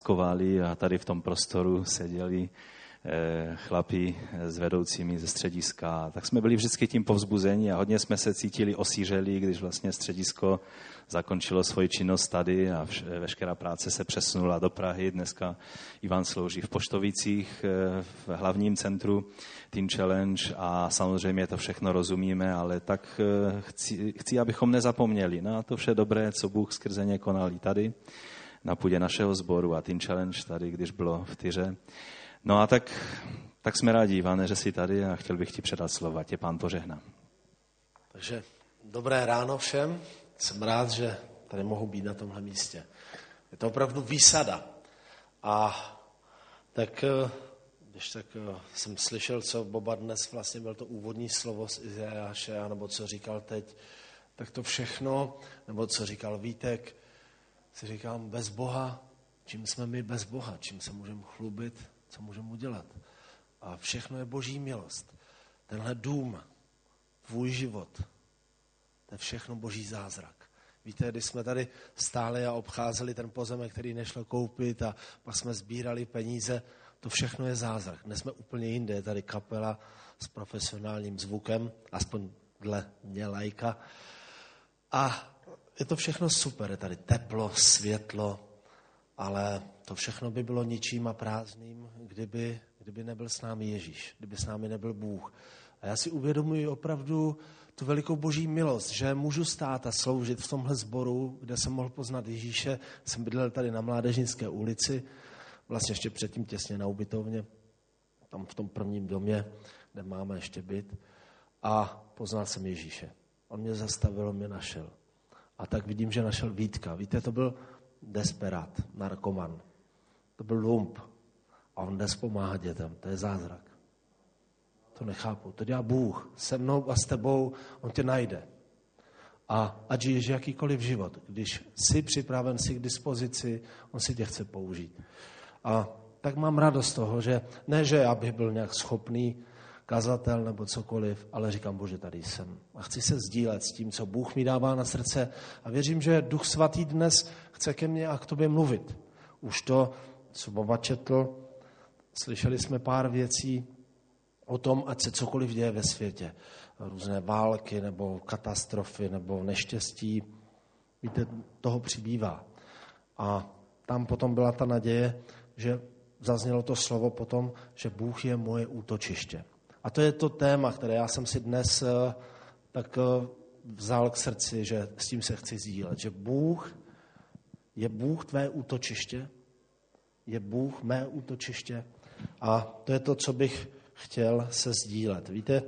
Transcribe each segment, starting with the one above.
střediskovali a tady v tom prostoru seděli chlapi s vedoucími ze střediska. Tak jsme byli vždycky tím povzbuzení a hodně jsme se cítili osířeli, když vlastně středisko zakončilo svoji činnost tady a veškerá práce se přesunula do Prahy. Dneska Ivan slouží v Poštovicích, v hlavním centru Teen Challenge a samozřejmě to všechno rozumíme, ale tak chci, abychom nezapomněli na to vše dobré, co Bůh skrze ně konal i tady na půdě našeho sboru a Teen Challenge tady, když bylo v Tyře. No a tak jsme rádi, Ivane, že jsi tady a chtěl bych ti předat slova. Tě Pán požehná. Takže dobré ráno všem. Jsem rád, že tady mohu být na tomhle místě. Je to opravdu výsada. A tak, když jsem slyšel, co Boba dnes vlastně byl to úvodní slovo z Izajáše, nebo co říkal teď, tak to všechno, nebo co říkal Vítek, si říkám, bez Boha, čím jsme my bez Boha, čím se můžeme chlubit, co můžeme udělat. A všechno je Boží milost. Tenhle dům, tvůj život, to je všechno Boží zázrak. Víte, když jsme tady stáli a obcházeli ten pozemek, který nešlo koupit a pak jsme sbírali peníze, to všechno je zázrak. Dnes jsme úplně jinde, je tady kapela s profesionálním zvukem, aspoň dle mě laika. A je to všechno super, je tady teplo, světlo, ale to všechno by bylo ničím a prázdným, kdyby nebyl s námi Ježíš, kdyby s námi nebyl Bůh. A já si uvědomuji opravdu tu velikou Boží milost, že můžu stát a sloužit v tomhle sboru, kde jsem mohl poznat Ježíše. Jsem bydlel tady na Mládežnické ulici, vlastně ještě předtím těsně na ubytovně, tam v tom prvním domě, kde máme ještě byt. A poznal jsem Ježíše. On mě zastavil, on mě našel. A tak vidím, že našel Vítka. Víte, to byl desperát, narkoman. To byl lump. A on dnes pomáhá dětem. To je zázrak. To nechápu. To dělá Bůh. Se mnou a s tebou on tě najde. A ať žiješ jakýkoliv život, když jsi připraven, jsi k dispozici, on si tě chce použít. A tak mám radost z toho, že ne, že já bych byl nějak schopný kazatel nebo cokoliv, ale říkám, Bože, tady jsem. A chci se sdílet s tím, co Bůh mi dává na srdce. A věřím, že Duch Svatý dnes chce ke mně a k tobě mluvit. Už to, co Boba četl, slyšeli jsme pár věcí o tom, ať se cokoliv děje ve světě. Různé války nebo katastrofy nebo neštěstí. Víte, toho přibývá. A tam potom byla ta naděje, že zaznělo to slovo potom, že Bůh je moje útočiště. A to je to téma, které já jsem si dnes tak vzal k srdci, že s tím se chci sdílet. Že Bůh je Bůh tvé útočiště, je Bůh mé útočiště a to je to, co bych chtěl se sdílet. Víte,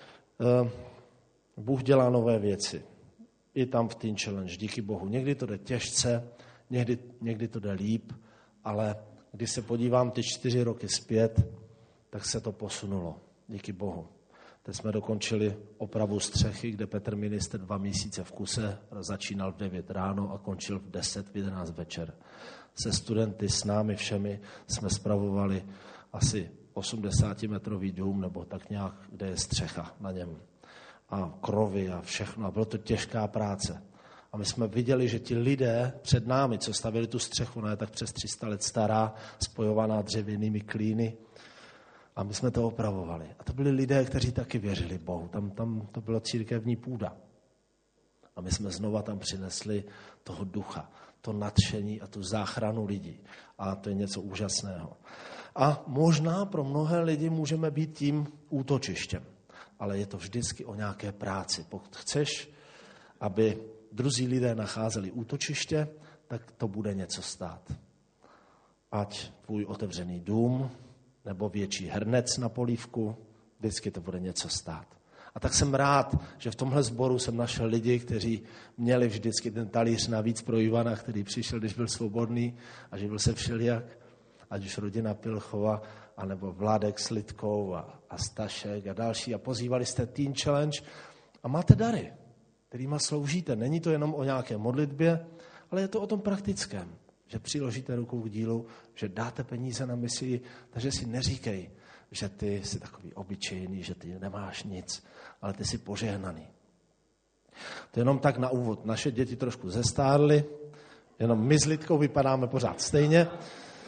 Bůh dělá nové věci. I tam v Teen Challenge, díky Bohu. Někdy to jde těžce, někdy to jde líp, ale když se podívám ty 4 roky zpět, tak se to posunulo. Díky Bohu. Teď jsme dokončili opravu střechy, kde Petr ministr 2 měsíce v kuse začínal v 9 ráno a končil v 10, v 11 večer. Se studenty, s námi všemi jsme spravovali asi 80-metrový dům, nebo tak nějak, kde je střecha na něm. A krovy a všechno. A bylo to těžká práce. A my jsme viděli, že ti lidé před námi, co stavili tu střechu, ona je tak přes 300 let stará, spojovaná dřevěnými klíny, a my jsme to opravovali. A to byli lidé, kteří taky věřili Bohu. Tam to byla církevní půda. A my jsme znova tam přinesli toho ducha, to nadšení a tu záchranu lidí. A to je něco úžasného. A možná pro mnohé lidi můžeme být tím útočištěm. Ale je to vždycky o nějaké práci. Pokud chceš, aby druzí lidé nacházeli útočiště, tak to bude něco stát. Ať tvůj otevřený dům, nebo větší hrnec na polívku, vždycky to bude něco stát. A tak jsem rád, že v tomhle sboru jsem našel lidi, kteří měli vždycky ten talíř navíc pro Ivana, který přišel, když byl svobodný a živil se všelijak, ať už rodina Pilchova, anebo Vládek s Lidkou a Stašek a další. A pozývali jste Teen Challenge a máte dary, kterýma sloužíte. Není to jenom o nějaké modlitbě, ale je to o tom praktickém. Že přiložíte rukou k dílu, že dáte peníze na misii, takže si neříkej, že ty jsi takový obyčejný, že ty nemáš nic, ale ty jsi požehnaný. To je jenom tak na úvod. Naše děti trošku zestárly, jenom my s Lidkou vypadáme pořád stejně,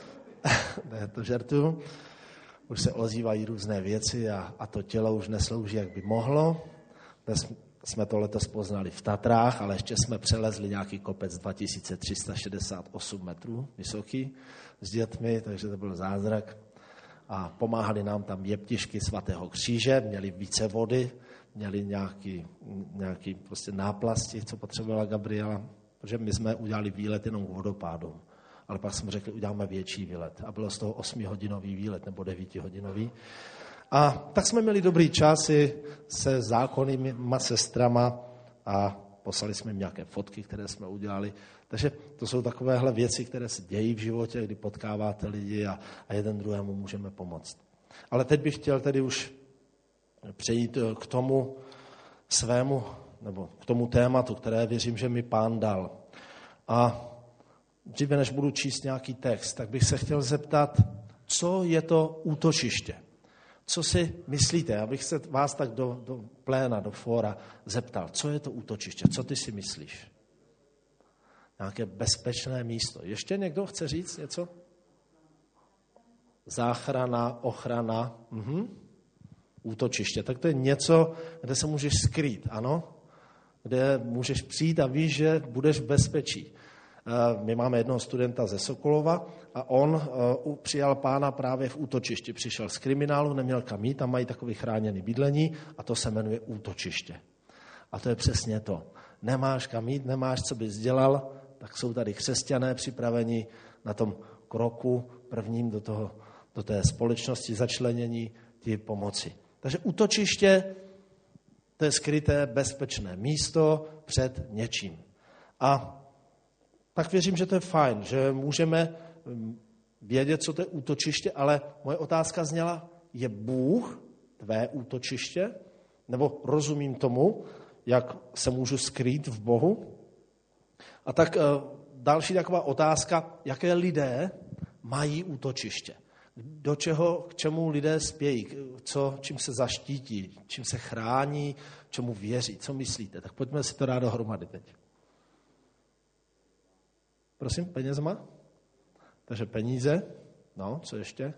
Ne, to žertuju. Už se ozývají různé věci a to tělo už neslouží, jak by mohlo. Dnes jsme to letos poznali v Tatrách, ale ještě jsme přelezli nějaký kopec 2368 metrů vysoký s dětmi, takže to byl zázrak. A pomáhali nám tam jeptišky svatého kříže, měli více vody, měli nějaký prostě náplasti, co potřebovala Gabriela, protože my jsme udělali výlet jenom k vodopádům. Ale pak jsme řekli, uděláme větší výlet. A bylo z toho 8hodinový výlet, nebo 9hodinový. A tak jsme měli dobrý časy se zákonnýma sestrama a poslali jsme jim nějaké fotky, které jsme udělali. Takže to jsou takovéhle věci, které se dějí v životě, kdy potkáváte lidi a jeden druhému můžeme pomoct. Ale teď bych chtěl tedy už přejít k tomu svému, nebo k tomu tématu, které věřím, že mi Pán dal. A dříve, než budu číst nějaký text, tak bych se chtěl zeptat, co je to útočiště. Co si myslíte? Abych se vás tak do pléna, do fóra zeptal, co je to útočiště? Co ty si myslíš? Nějaké bezpečné místo. Ještě někdo chce říct něco? Záchrana, ochrana, útočiště. Tak to je něco, kde se můžeš skrýt, ano? Kde můžeš přijít a víš, že budeš v bezpečí. My máme jednoho studenta ze Sokolova a on přijal Pána právě v útočišti. Přišel z kriminálu, neměl kam jít, tam mají takový chráněný bydlení a to se jmenuje útočiště. A to je přesně to. Nemáš kam jít, nemáš, co bys dělal, tak jsou tady křesťané připraveni na tom kroku prvním do té společnosti začlenění ti pomoci. Takže útočiště, to je skryté bezpečné místo před něčím. A tak věřím, že to je fajn, že můžeme vědět, co to je útočiště, ale moje otázka zněla, je Bůh tvé útočiště? Nebo rozumím tomu, jak se můžu skrýt v Bohu? A tak další taková otázka, jaké lidé mají útočiště? K čemu lidé spějí? Čím se zaštítí? Čím se chrání? Čemu věří? Co myslíte? Tak pojďme si to dát dohromady teď. Prosím, penězma? Takže peníze. No, co ještě?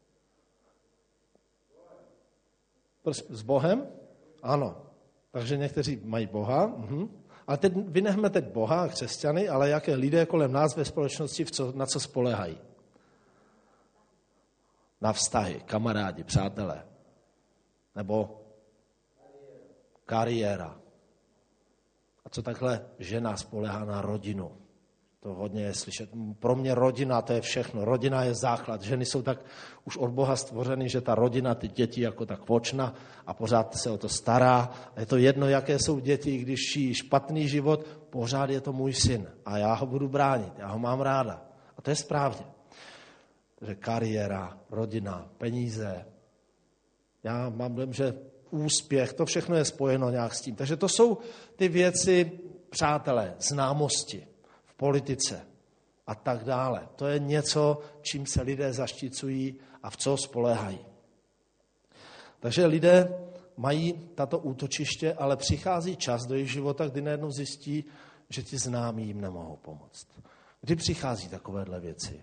Prosím, s Bohem? Ano. Takže někteří mají Boha. Ale teď vynechme teď Boha a křesťany, ale jaké lidé kolem nás ve společnosti na co spoléhají? Na vztahy, kamarádi, přátelé. Nebo kariéra. A co takhle žena spoléhá na rodinu? To hodně je slyšet. Pro mě rodina, to je všechno. Rodina je základ. Ženy jsou tak už od Boha stvořeny, že ta rodina, ty děti jako tak vočna a pořád se o to stará. A je to jedno, jaké jsou děti, když žijí špatný život, pořád je to můj syn. A já ho budu bránit, já ho mám ráda. A to je správně. Takže kariéra, rodina, peníze. Já mám dojem, že úspěch, to všechno je spojeno nějak s tím. Takže to jsou ty věci, přátelé, známosti. Politice a tak dále. To je něco, čím se lidé zašticují a v co spoléhají. Takže lidé mají tato útočiště, ale přichází čas do jejich života, kdy najednou zjistí, že ti známí jim nemohou pomoct. Kdy přichází takovéhle věci?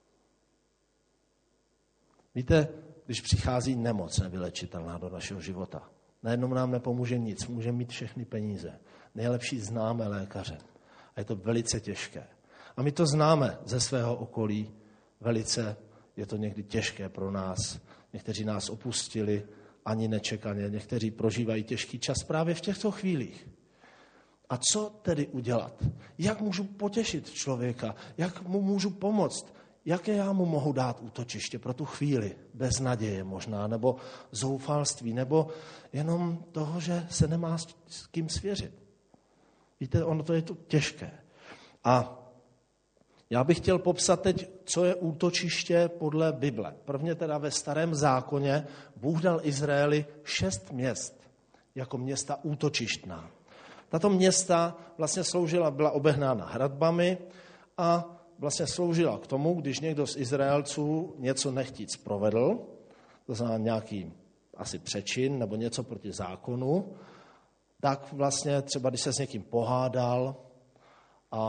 Víte, když přichází nemoc nevylečitelná do našeho života, najednou nám nepomůže nic, můžeme mít všechny peníze. Nejlepší známe lékaře. A je to velice těžké. A my to známe ze svého okolí. Velice je to někdy těžké pro nás. Někteří nás opustili ani nečekaně. Někteří prožívají těžký čas právě v těchto chvílích. A co tedy udělat? Jak můžu potěšit člověka? Jak mu můžu pomoct? Jaké já mu mohu dát útočiště pro tu chvíli? Bez naděje možná, nebo zoufalství, nebo jenom toho, že se nemá s kým svěřit. Víte, ono to je to těžké. A já bych chtěl popsat teď, co je útočiště podle Bible. Prvně teda ve Starém zákoně Bůh dal Izraeli 6 měst jako města útočištná. Tato města vlastně byla obehnána hradbami a vlastně sloužila k tomu, když někdo z Izraelců něco nechtíc provedl, to znamená nějaký asi přečin nebo něco proti zákonu, tak vlastně třeba, když se s někým pohádal a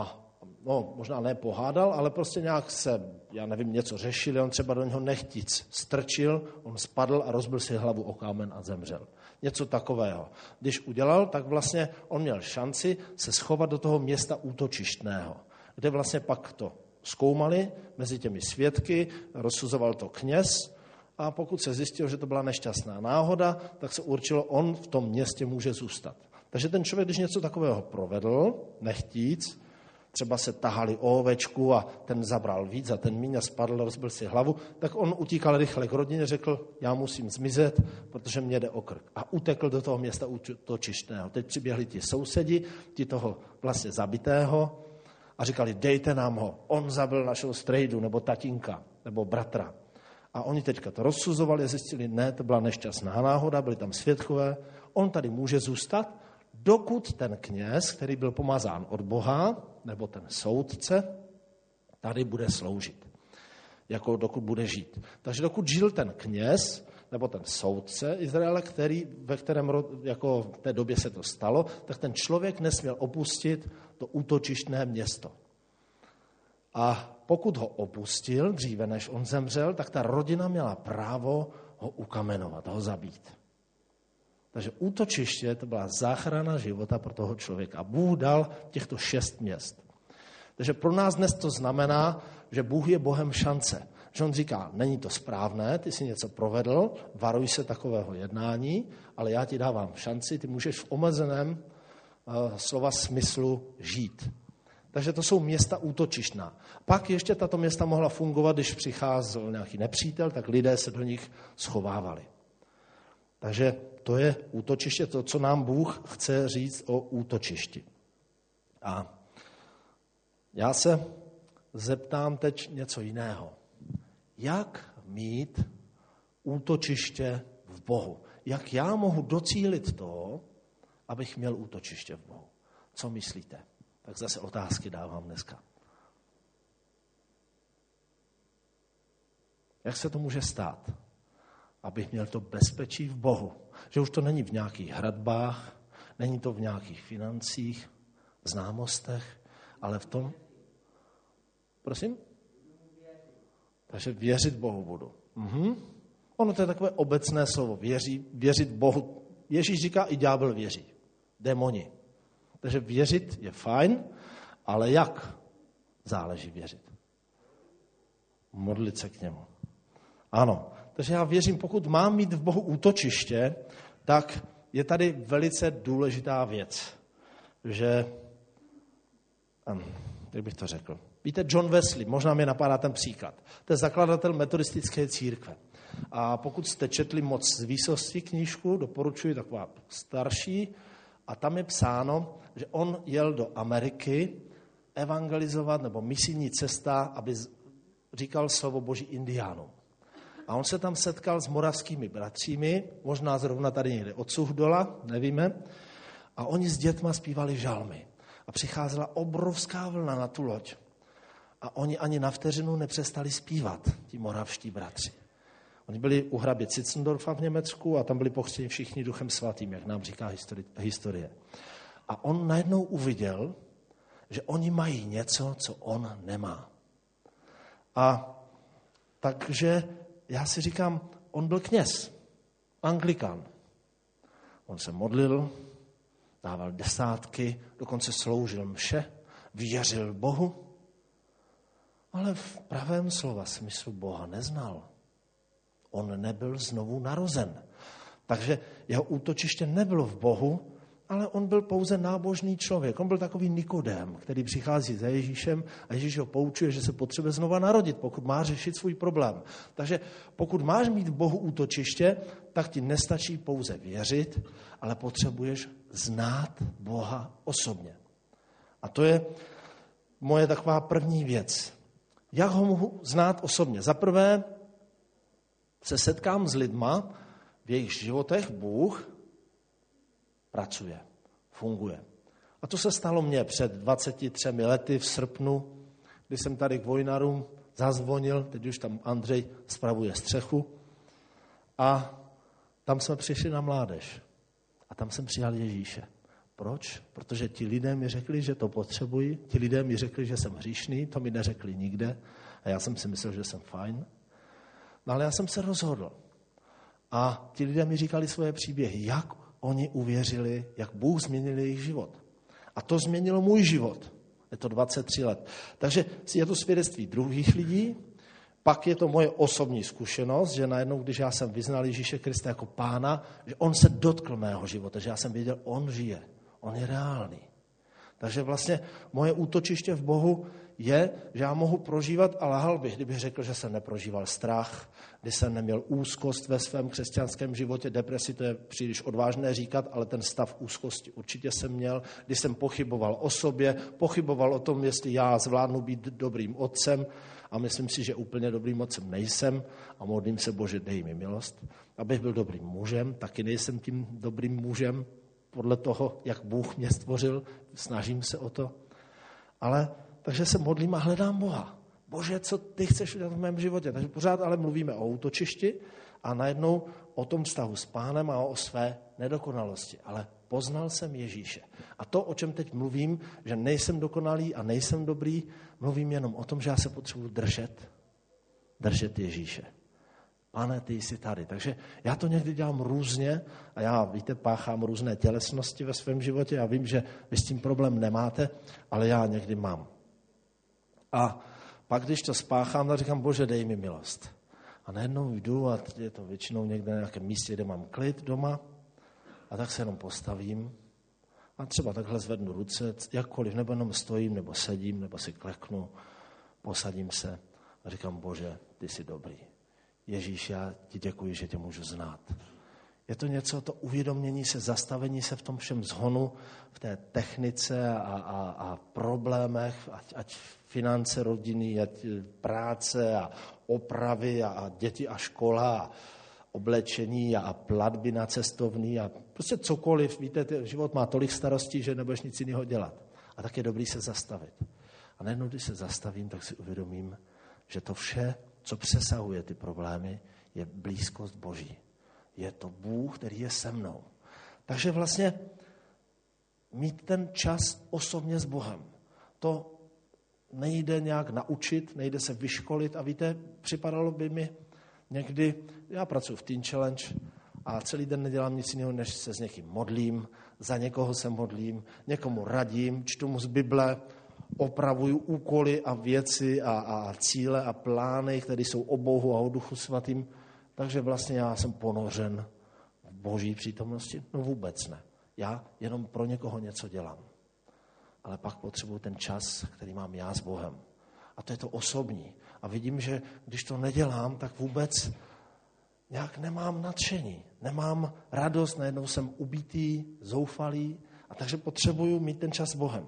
no možná ne pohádal, ale prostě nějak se, já nevím, něco řešili, on třeba do něho nechtíc strčil, on spadl a rozbil si hlavu o kámen a zemřel. Něco takového. Když udělal, tak vlastně on měl šanci se schovat do toho města útočištného, kde vlastně pak to zkoumali mezi těmi svědky, rozsuzoval to kněz a pokud se zjistil, že to byla nešťastná náhoda, tak se určilo, on v tom městě může zůstat. Takže ten člověk, když něco takového provedl, nechtíc, třeba se tahali o ovečku a ten zabral víc a ten míň a spadl, rozbil si hlavu, tak on utíkal rychle k rodině, řekl, já musím zmizet, protože mě jde o krk. A utekl do toho města útočištného. Teď přiběhli ti sousedi, ti toho vlastně zabitého a říkali, dejte nám ho, on zabil našeho strejdu nebo tatínka nebo bratra. A oni teďka to rozsuzovali a zjistili, ne, to byla nešťastná náhoda, byli tam svědkové, on tady může zůstat, dokud ten kněz, který byl pomazán od Boha, nebo ten soudce, tady bude sloužit, jako dokud bude žít. Takže dokud žil ten kněz, nebo ten soudce Izraele, ve kterém jako v té době se to stalo, tak ten člověk nesměl opustit to útočištné město. A pokud ho opustil, dříve než on zemřel, tak ta rodina měla právo ho ukamenovat, ho zabít. Takže útočiště to byla záchrana života pro toho člověka. Bůh dal těchto 6 měst. Takže pro nás dnes to znamená, že Bůh je Bohem šance. Že on říká, není to správné, ty jsi něco provedl, varuj se takového jednání, ale já ti dávám šanci, ty můžeš v omezeném slova smyslu žít. Takže to jsou města útočištná. Pak ještě tato města mohla fungovat, když přicházel nějaký nepřítel, tak lidé se do nich schovávali. Takže to je útočiště, to, co nám Bůh chce říct o útočišti. A já se zeptám teď něco jiného. Jak mít útočiště v Bohu? Jak já mohu docílit to, abych měl útočiště v Bohu? Co myslíte? Tak zase otázky dávám dneska. Jak se to může stát, abych měl to bezpečí v Bohu? Že už to není v nějakých hradbách, není to v nějakých financích, známostech, ale v tom... Prosím? Takže věřit Bohu budu. Ono to je takové obecné slovo, věřit Bohu. Ježíš říká, i ďábel věří. Démoni. Takže věřit je fajn, ale jak záleží věřit? Modlit se k němu. Ano, takže já věřím, pokud mám mít v Bohu útočiště, tak je tady velice důležitá věc, že, jak bych to řekl, víte, John Wesley, možná mě napadá ten příklad, to je zakladatel metodistické církve. A pokud jste četli Moc z výsosti knížku, doporučuji, taková starší, a tam je psáno, že on jel do Ameriky evangelizovat, nebo misijní cesta, aby říkal slovo Boží indiánům. A on se tam setkal s moravskými bratřími, možná zrovna tady někde od Suchdola, nevíme, a oni s dětma zpívali žalmy. A přicházela obrovská vlna na tu loď. A oni ani na vteřinu nepřestali zpívat, ti moravští bratři. Oni byli u hrabě Zitzendorfa v Německu a tam byli pokřtěni všichni Duchem svatým, jak nám říká historie. A on najednou uviděl, že oni mají něco, co on nemá. A takže já si říkám, on byl kněz, anglikán. On se modlil, dával desátky, dokonce sloužil mše, věřil Bohu, ale v pravém slova smyslu Boha neznal. On nebyl znovu narozen. Takže jeho útočiště nebylo v Bohu, ale on byl pouze nábožný člověk. On byl takový Nikodém, který přichází za Ježíšem a Ježíš ho poučuje, že se potřebuje znova narodit, pokud má řešit svůj problém. Takže pokud máš mít v Bohu útočiště, tak ti nestačí pouze věřit, ale potřebuješ znát Boha osobně. A to je moje taková první věc. Jak ho mohu znát osobně? Za prvé se setkám s lidma, v jejich životech Bůh pracuje, funguje. A to se stalo mně před 23 lety v srpnu, kdy jsem tady k Vojnarům zazvonil, teď už tam Andrej spravuje střechu, a tam jsme přišli na mládež. A tam jsem přijal Ježíše. Proč? Protože ti lidé mi řekli, že to potřebuji, ti lidé mi řekli, že jsem hříšný, to mi neřekli nikde a já jsem si myslel, že jsem fajn. No ale já jsem se rozhodl. A ti lidé mi říkali svoje příběhy, jak oni uvěřili, jak Bůh změnil jejich život. A to změnilo můj život. Je to 23 let. Takže je to svědectví druhých lidí, pak je to moje osobní zkušenost, že najednou, když já jsem vyznal Ježíše Krista jako pána, že on se dotkl mého života, že já jsem věděl, on žije, on je reálný. Takže vlastně moje útočiště v Bohu je, že já mohu prožívat, a lhal bych, kdybych řekl, že jsem neprožíval strach, když jsem neměl úzkost ve svém křesťanském životě, depresi, to je příliš odvážné říkat, ale ten stav úzkosti určitě jsem měl, když jsem pochyboval o sobě, pochyboval o tom, jestli já zvládnu být dobrým otcem, a myslím si, že úplně dobrým otcem nejsem a modlím se, Bože, dej mi milost, abych byl dobrým mužem, taky nejsem tím dobrým mužem, podle toho, jak Bůh mě stvořil, snažím se o to, ale takže se modlím a hledám Boha. Bože, co ty chceš udělat v mém životě? Takže pořád ale mluvíme o útočišti a najednou o tom vztahu s Pánem a o své nedokonalosti. Ale poznal jsem Ježíše. A to, o čem teď mluvím, že nejsem dokonalý a nejsem dobrý, mluvím jenom o tom, že já se potřebuji držet Ježíše. Pane, ty jsi tady. Takže já to někdy dělám různě a já, víte, páchám různé tělesnosti ve svém životě. Já vím, že vy s tím problém nemáte, ale já někdy mám. A pak, když to spáchám, tak říkám, Bože, dej mi milost. A najednou jdu a je to většinou někde na nějakém místě, kde mám klid doma a tak se jenom postavím a třeba takhle zvednu ruce, jakkoliv, nebo jenom stojím, nebo sedím, nebo si kleknu, posadím se a říkám, Bože, ty jsi dobrý. Ježíš, já ti děkuji, že tě můžu znát. Je to něco, to uvědomění se, zastavení se v tom všem zhonu, v té technice a problémech, ať finance rodiny, ať práce a opravy a děti a škola a oblečení a platby na cestovní a prostě cokoliv. Víte, život má tolik starostí, že nebudeš nic jiného dělat. A tak je dobrý se zastavit. A najednou, když se zastavím, tak si uvědomím, že to vše, co přesahuje ty problémy, je blízkost Boží. Je to Bůh, který je se mnou. Takže vlastně mít ten čas osobně s Bohem. To nejde nějak naučit, nejde se vyškolit. A víte, připadalo by mi někdy, já pracuji v Teen Challenge a celý den nedělám nic jiného, než se s někým modlím, za někoho se modlím, někomu radím, čtu mu z Bible, opravuju úkoly a věci a cíle a plány, které jsou o Bohu a o Duchu Svatým. Takže vlastně já jsem ponořen v Boží přítomnosti? No vůbec ne. Já jenom pro někoho něco dělám. Ale pak potřebuji ten čas, který mám já s Bohem. A to je to osobní. A vidím, že když to nedělám, tak vůbec nějak nemám nadšení. Nemám radost, najednou jsem ubitý, zoufalý. A takže potřebuju mít ten čas s Bohem.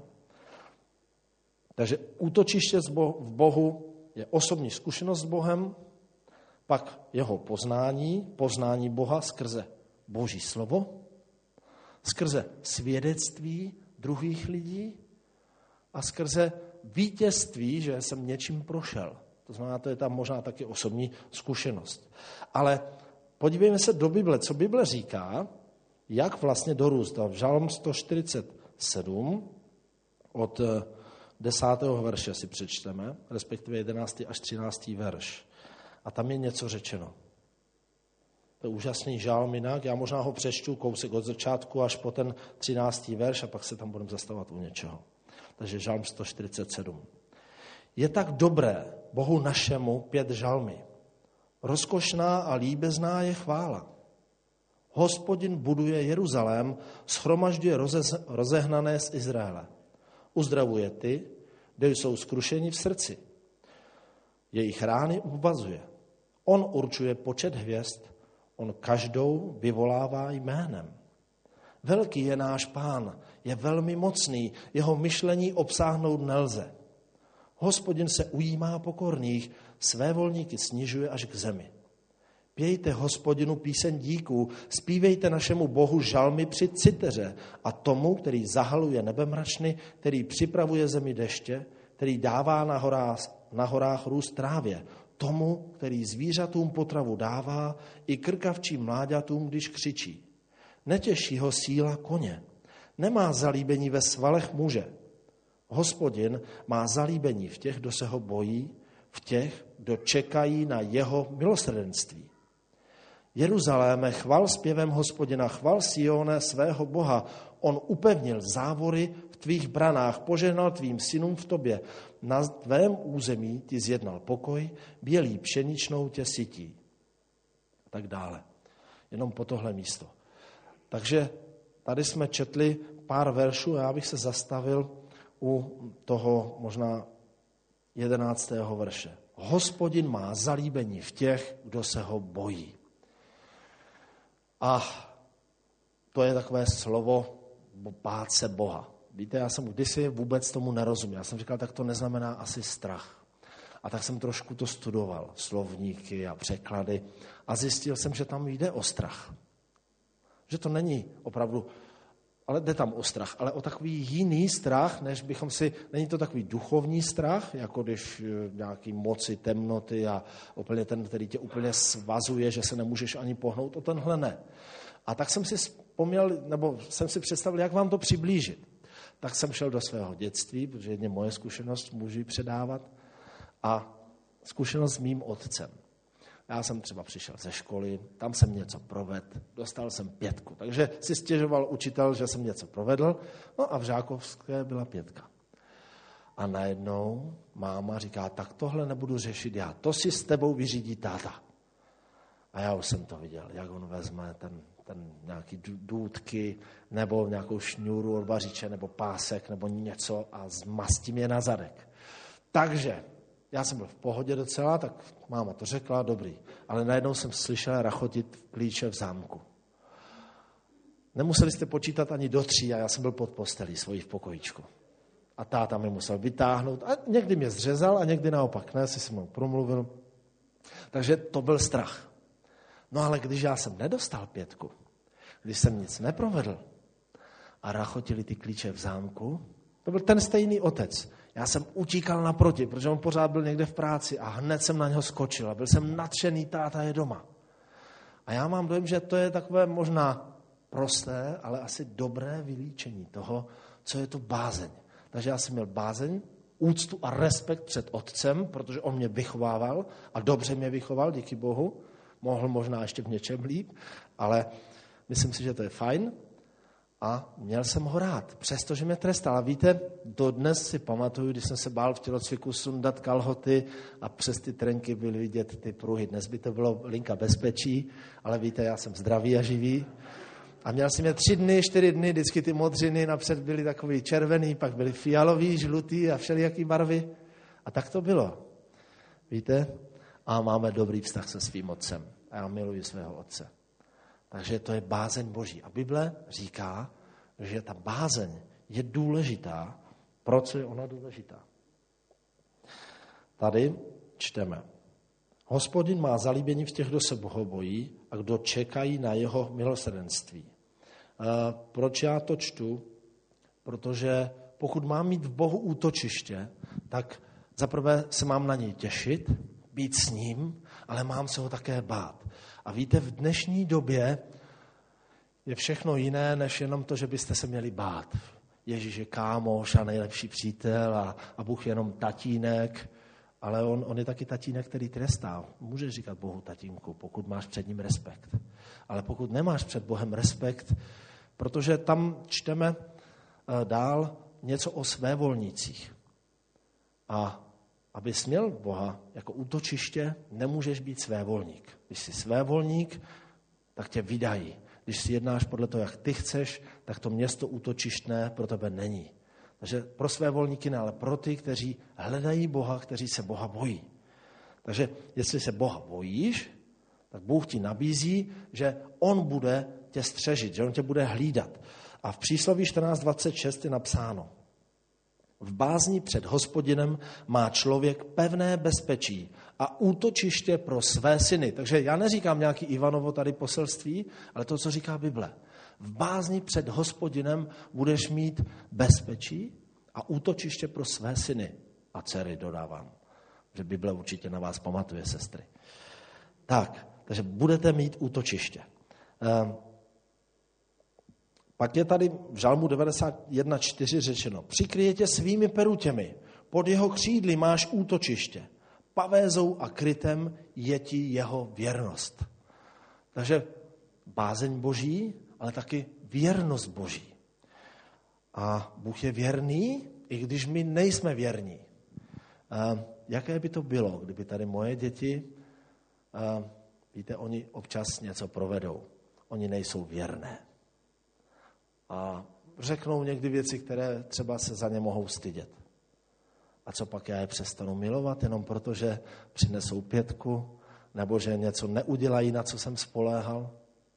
Takže útočiště v Bohu je osobní zkušenost s Bohem, pak jeho poznání Boha skrze Boží slovo, skrze svědectví druhých lidí a skrze vítězství, že jsem něčím prošel. To znamená, to je tam možná taky osobní zkušenost. Ale podívejme se do Bible, co Bible říká, jak vlastně dorůst. V Žalm 147 od 10. verše si přečteme, respektive 11. až 13. verš. A tam je něco řečeno. To je úžasný žálm jinak. Já možná ho přečtu kousek od začátku až po ten 13. verš a pak se tam budeme zastavovat u něčeho. Takže žálm 147. Je tak dobré Bohu našemu 5 žalmy. Rozkošná a líbezná je chvála. Hospodin buduje Jeruzalém, shromažďuje rozehnané z Izraele. Uzdravuje ty, kde jsou skrušeni v srdci. Jejich rány ubazuje. On určuje počet hvězd, on každou vyvolává jménem. Velký je náš Pán, je velmi mocný, jeho myšlení obsáhnout nelze. Hospodin se ujímá pokorných, své volníky snižuje až k zemi. Pějte Hospodinu píseň díků, zpívejte našemu Bohu žalmy při citeře a tomu, který zahaluje nebe mračny, který připravuje zemi deště, který dává na horách růst trávě, tomu, který zvířatům potravu dává i krkavčím mláďatům, když křičí. Netěší ho síla koně, nemá zalíbení ve svalech muže. Hospodin má zalíbení v těch, kdo se ho bojí, v těch, kdo čekají na jeho milosrdenství. Jeruzaléme, chval zpěvem Hospodina, chval Sione svého Boha. On upevnil závory v tvých branách, požehnal tvým synům v tobě. Na tvém území ti zjednal pokoj, bělý pšeničnou tě sytí. A tak dále. Jenom po tohle místo. Takže tady jsme četli pár veršů a já bych se zastavil u toho možná 11. verše. Hospodin má zalíbení v těch, kdo se ho bojí. A to je takové slovo bát se Boha. Víte, já jsem kdysi vůbec tomu nerozuměl. Já jsem říkal, tak to neznamená asi strach. A tak jsem trošku to studoval, slovníky a překlady. A zjistil jsem, že tam jde o strach. Že to není opravdu, ale jde tam o strach, ale o takový jiný strach, než bychom si, není to takový duchovní strach, jako když nějaký moci, temnoty a úplně ten, který tě úplně svazuje, že se nemůžeš ani pohnout, o tenhle ne. A tak jsem si vzpomněl, nebo jsem si představil, jak vám to přiblížit. Tak jsem šel do svého dětství, protože jedně moje zkušenost můžu ji předávat, a zkušenost s mým otcem. Já jsem třeba přišel ze školy, tam jsem něco provedl, dostal jsem 5. Takže si stěžoval učitel, že jsem něco provedl, no a v žákovské byla 5. A najednou máma říká, tak tohle nebudu řešit já, to si s tebou vyřídí táta. A já už jsem to viděl, jak on vezme ten nějaký důtky, nebo nějakou šňůru od vařiče, nebo pásek, nebo něco a zmastím je na zadek. Takže já jsem byl v pohodě docela, tak máma to řekla, dobrý. Ale najednou jsem slyšel rachotit klíče v zámku. Nemuseli jste počítat ani do 3 a já jsem byl pod postelí svojí v pokojíčku. A táta mi musel vytáhnout a někdy mě zřezal a někdy naopak, ne, si se mnou promluvil. Takže to byl strach. No ale když já jsem nedostal 5, když jsem nic neprovedl a rachotili ty klíče v zámku, to byl ten stejný otec. Já jsem utíkal naproti, protože on pořád byl někde v práci a hned jsem na něho skočil a byl jsem nadšený, táta je doma. A já mám dojem, že to je takové možná prosté, ale asi dobré vylíčení toho, co je to bázeň. Takže já jsem měl bázeň, úctu a respekt před otcem, protože on mě vychovával a dobře mě vychoval, díky Bohu. Mohl možná ještě v něčem líp, ale myslím si, že to je fajn. A měl jsem ho rád, přestože mě trestal. A víte, dodnes si pamatuju, když jsem se bál v tělocviku sundat kalhoty a přes ty trenky byly vidět ty pruhy. Dnes by to bylo linka bezpečí, ale víte, já jsem zdravý a živý. A měl jsem je 3 dny, 4 dny, vždycky ty modřiny napřed byly takový červený, pak byly fialový, žlutý a všelijaký barvy. A tak to bylo. Víte? A máme dobrý vztah se svým otcem. A já miluji svého otce. Takže to je bázeň Boží. A Bible říká, že ta bázeň je důležitá. Proč je ona důležitá? Tady čteme. Hospodin má zalíbení v těch, kdo se Boha bojí a kdo čekají na jeho milosrdenství. Proč já to čtu? Protože pokud mám mít v Bohu útočiště, tak zaprvé se mám na něj těšit, být s ním, ale mám se ho také bát. A víte, v dnešní době je všechno jiné, než jenom to, že byste se měli bát. Ježíš je kámoš a nejlepší přítel a Bůh jenom tatínek, ale on je taky tatínek, který trestá. Můžeš říkat Bohu tatínku, pokud máš před ním respekt. Ale pokud nemáš před Bohem respekt, protože tam čteme dál něco o svévolnících. A abys měl Boha jako útočiště, nemůžeš být svévolník. Když jsi svévolník, tak tě vydají. Když si jednáš podle toho, jak ty chceš, tak to město útočištné pro tebe není. Takže pro svévolníky ne, ale pro ty, kteří hledají Boha, kteří se Boha bojí. Takže jestli se Boha bojíš, tak Bůh ti nabízí, že on bude tě střežit, že on tě bude hlídat. A v přísloví 14.26 je napsáno: v bázni před Hospodinem má člověk pevné bezpečí a útočiště pro své syny. Takže já neříkám nějaký Ivanovo tady poselství, ale to, co říká Bible. V bázni před Hospodinem budeš mít bezpečí a útočiště pro své syny. A dcery dodávám, že Bible určitě na vás pamatuje, sestry. Takže budete mít útočiště. Pak je tady v Žalmu 91:4 řečeno, přikryje tě svými perutěmi, pod jeho křídly máš útočiště, pavézou a krytem je ti jeho věrnost. Takže bázeň Boží, ale taky věrnost Boží. A Bůh je věrný, i když my nejsme věrní. Jaké by to bylo, kdyby tady moje děti, víte, oni občas něco provedou. Oni nejsou věrné. A řeknou někdy věci, které třeba se za ně mohou stydět. A co pak já je přestanu milovat, jenom proto, že přinesou 5, nebo že něco neudělají, na co jsem spoléhal?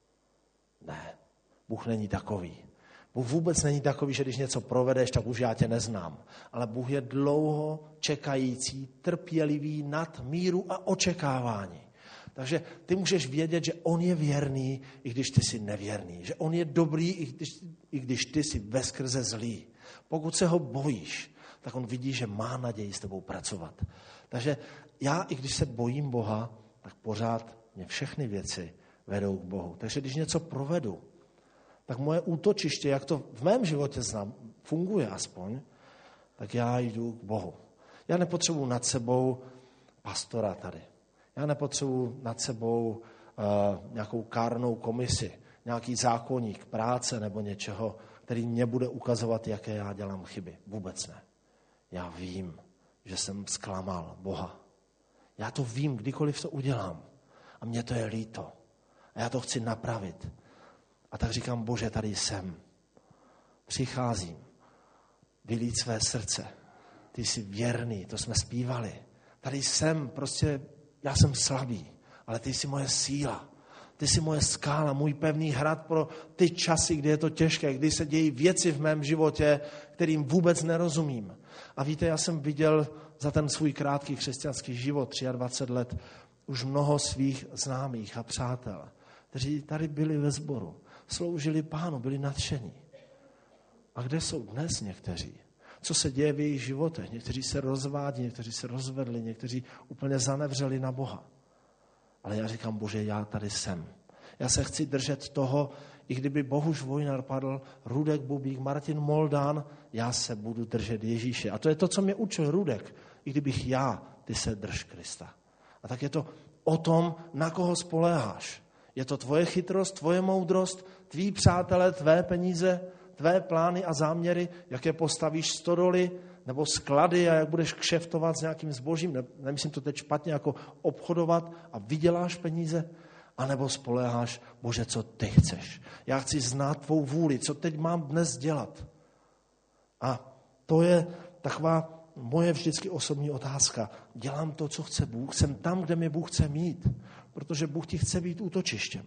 Ne, Bůh není takový. Bůh vůbec není takový, že když něco provedeš, tak už já tě neznám. Ale Bůh je dlouho čekající, trpělivý nad míru a očekávání. Takže ty můžeš vědět, že on je věrný, i když ty jsi nevěrný. Že on je dobrý, i když ty jsi veskrze zlý. Pokud se ho bojíš, tak on vidí, že má naději s tebou pracovat. Takže já, i když se bojím Boha, tak pořád mě všechny věci vedou k Bohu. Takže když něco provedu, tak moje útočiště, jak to v mém životě znám, funguje aspoň, tak já jdu k Bohu. Já nepotřebuji nad sebou pastora tady. Já nepotřebuji nad sebou nějakou kárnou komisi, nějaký zákoník práce nebo něčeho, který mě bude ukazovat, jaké já dělám chyby. Vůbec ne. Já vím, že jsem zklamal Boha. Já to vím, kdykoliv to udělám. A mně to je líto. A já to chci napravit. A tak říkám, Bože, tady jsem. Přicházím. Vylít své srdce. Ty jsi věrný, to jsme zpívali. Tady jsem, prostě já jsem slabý, ale ty jsi moje síla. Ty jsi moje skála, můj pevný hrad pro ty časy, kdy je to těžké, kdy se dějí věci v mém životě, kterým vůbec nerozumím. A víte, já jsem viděl za ten svůj krátký křesťanský život, 23 let, už mnoho svých známých a přátel, kteří tady byli ve sboru, sloužili Pánu, byli nadšení. A kde jsou dnes někteří? Co se děje v jejich životech? Někteří se rozvádí, někteří se rozvedli, někteří úplně zanevřeli na Boha. Ale já říkám, Bože, já tady jsem. Já se chci držet toho, i kdyby Bohuš Vojnar padl, Rudek Bubík, Martin Moldán, já se budu držet Ježíše. A to je to, co mě učil Rudek. I kdybych já, ty se drž Krista. A tak je to o tom, na koho spoléháš. Je to tvoje chytrost, tvoje moudrost, tví přátelé, tvé peníze, tvé plány a záměry, jak je postavíš stodoly nebo sklady a jak budeš kšeftovat s nějakým zbožím, nemyslím to teď špatně, jako obchodovat a vyděláš peníze, anebo spoléháš, Bože, co ty chceš. Já chci znát tvou vůli, co teď mám dnes dělat. A to je taková moje vždycky osobní otázka. Dělám to, co chce Bůh, jsem tam, kde mě Bůh chce mít, protože Bůh ti chce být útočištěm.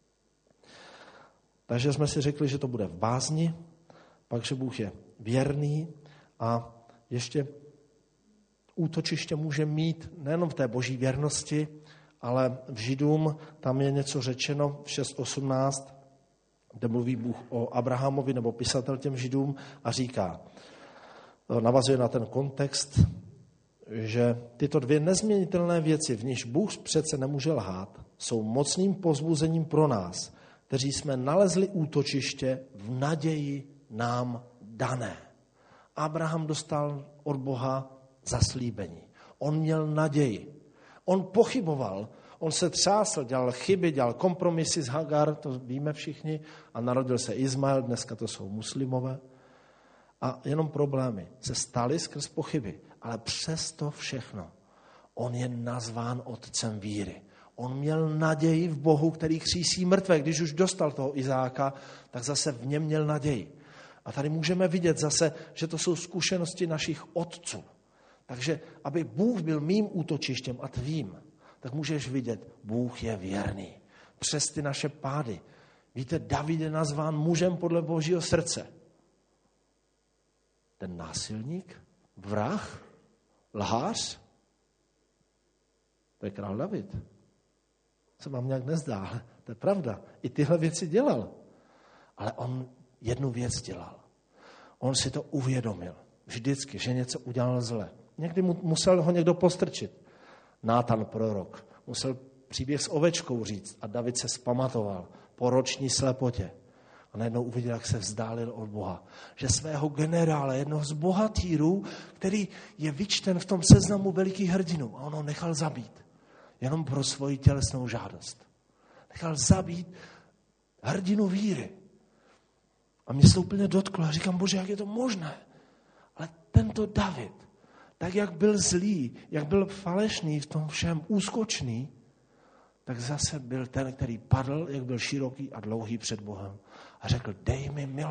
Takže jsme si řekli, že to bude v bázni, pak, že Bůh je věrný a ještě útočiště může mít nejenom v té boží věrnosti, ale v Židům tam je něco řečeno v 6.18, kde mluví Bůh o Abrahamovi nebo pisatel těm Židům a říká, navazuje na ten kontext, že tyto 2 nezměnitelné věci, v nichž Bůh přece nemůže lhát, jsou mocným povzbuzením pro nás, kteří jsme nalezli útočiště v naději nám dané. Abraham dostal od Boha zaslíbení. On měl naději. On pochyboval, on se třásl, dělal chyby, dělal kompromisy s Hagar, to víme všichni, a narodil se Izmael, dneska to jsou muslimové. A jenom problémy se staly skrz pochyby, ale přesto všechno. On je nazván otcem víry. On měl naději v Bohu, který křísí mrtvé. Když už dostal toho Izáka, tak zase v něm měl naději. A tady můžeme vidět zase, že to jsou zkušenosti našich otců. Takže aby Bůh byl mým útočištěm a tvým, tak můžeš vidět, Bůh je věrný. Přes ty naše pády. Víte, David je nazván mužem podle Božího srdce. Ten násilník, vrah, lhář, to je král David. Se vám nějak nezdá, ale to je pravda. I tyhle věci dělal. Ale on jednu věc dělal. On si to uvědomil. Vždycky, že něco udělal zle. Někdy musel ho někdo postrčit. Nátan prorok musel příběh s ovečkou říct a David se zpamatoval po roční slepotě. A najednou uviděl, jak se vzdálil od Boha. Že svého generála, jednoho z bohatýrů, který je vyčten v tom seznamu velikých hrdinů. A on ho nechal zabít. Jenom pro svoji tělesnou žádost. Nechal zabít hrdinu víry. A mě se to úplně dotklo. A říkám, Bože, jak je to možné? Ale tento David, tak jak byl zlý, jak byl falešný v tom všem, úskočný, tak zase byl ten, který padl, jak byl široký a dlouhý před Bohem. A řekl, dej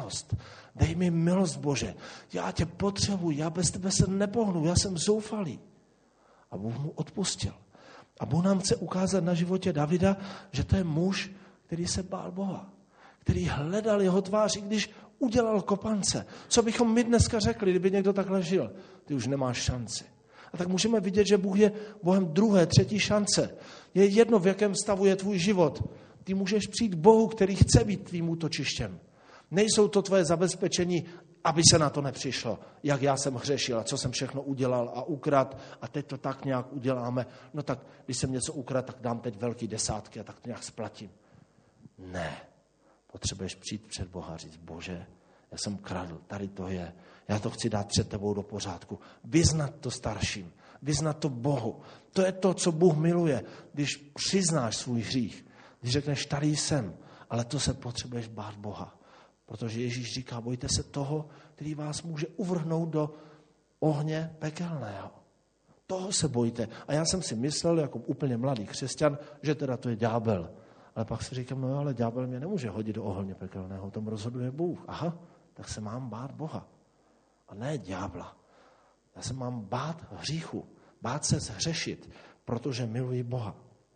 mi milost, Bože, já tě potřebuji, já bez tebe se nepohnu, já jsem zoufalý. A Bůh mu odpustil. A Bůh nám chce ukázat na životě Davida, že to je muž, který se bál Boha, který hledal jeho tvář, i když udělal kopance. Co bychom my dneska řekli, kdyby někdo takhle žil? Ty už nemáš šanci. A tak můžeme vidět, že Bůh je Bohem druhé, třetí šance. Je jedno, v jakém stavu je tvůj život. Ty můžeš přijít k Bohu, který chce být tvým útočištěm. Nejsou to tvoje zabezpečení, aby se na to nepřišlo. Jak já jsem hřešil a co jsem všechno udělal a ukradl a teď to tak nějak uděláme. No tak, když jsem něco ukradl, tak dám teď velký desátky a tak to nějak splatím. Ne. Potřebuješ přijít před Boha a říct, Bože, já jsem kradl, tady to je. Já to chci dát před tebou do pořádku. Vyznat to starším, vyznat to Bohu. To je to, co Bůh miluje, když přiznáš svůj hřích. Když řekneš, tady jsem, ale to se potřebuješ bát Boha. Protože Ježíš říká, bojte se toho, který vás může uvrhnout do ohně pekelného. Toho se bojte. A já jsem si myslel, jako úplně mladý křesťan, že teda to je ďábel. Ale pak si říkám, no ale ďábel mě nemůže hodit do ohně pekelného, o tom rozhoduje Bůh. Aha, tak se mám bát Boha. A ne ďábla. Já se mám bát hříchu, bát se zhřešit, protože miluji Boha.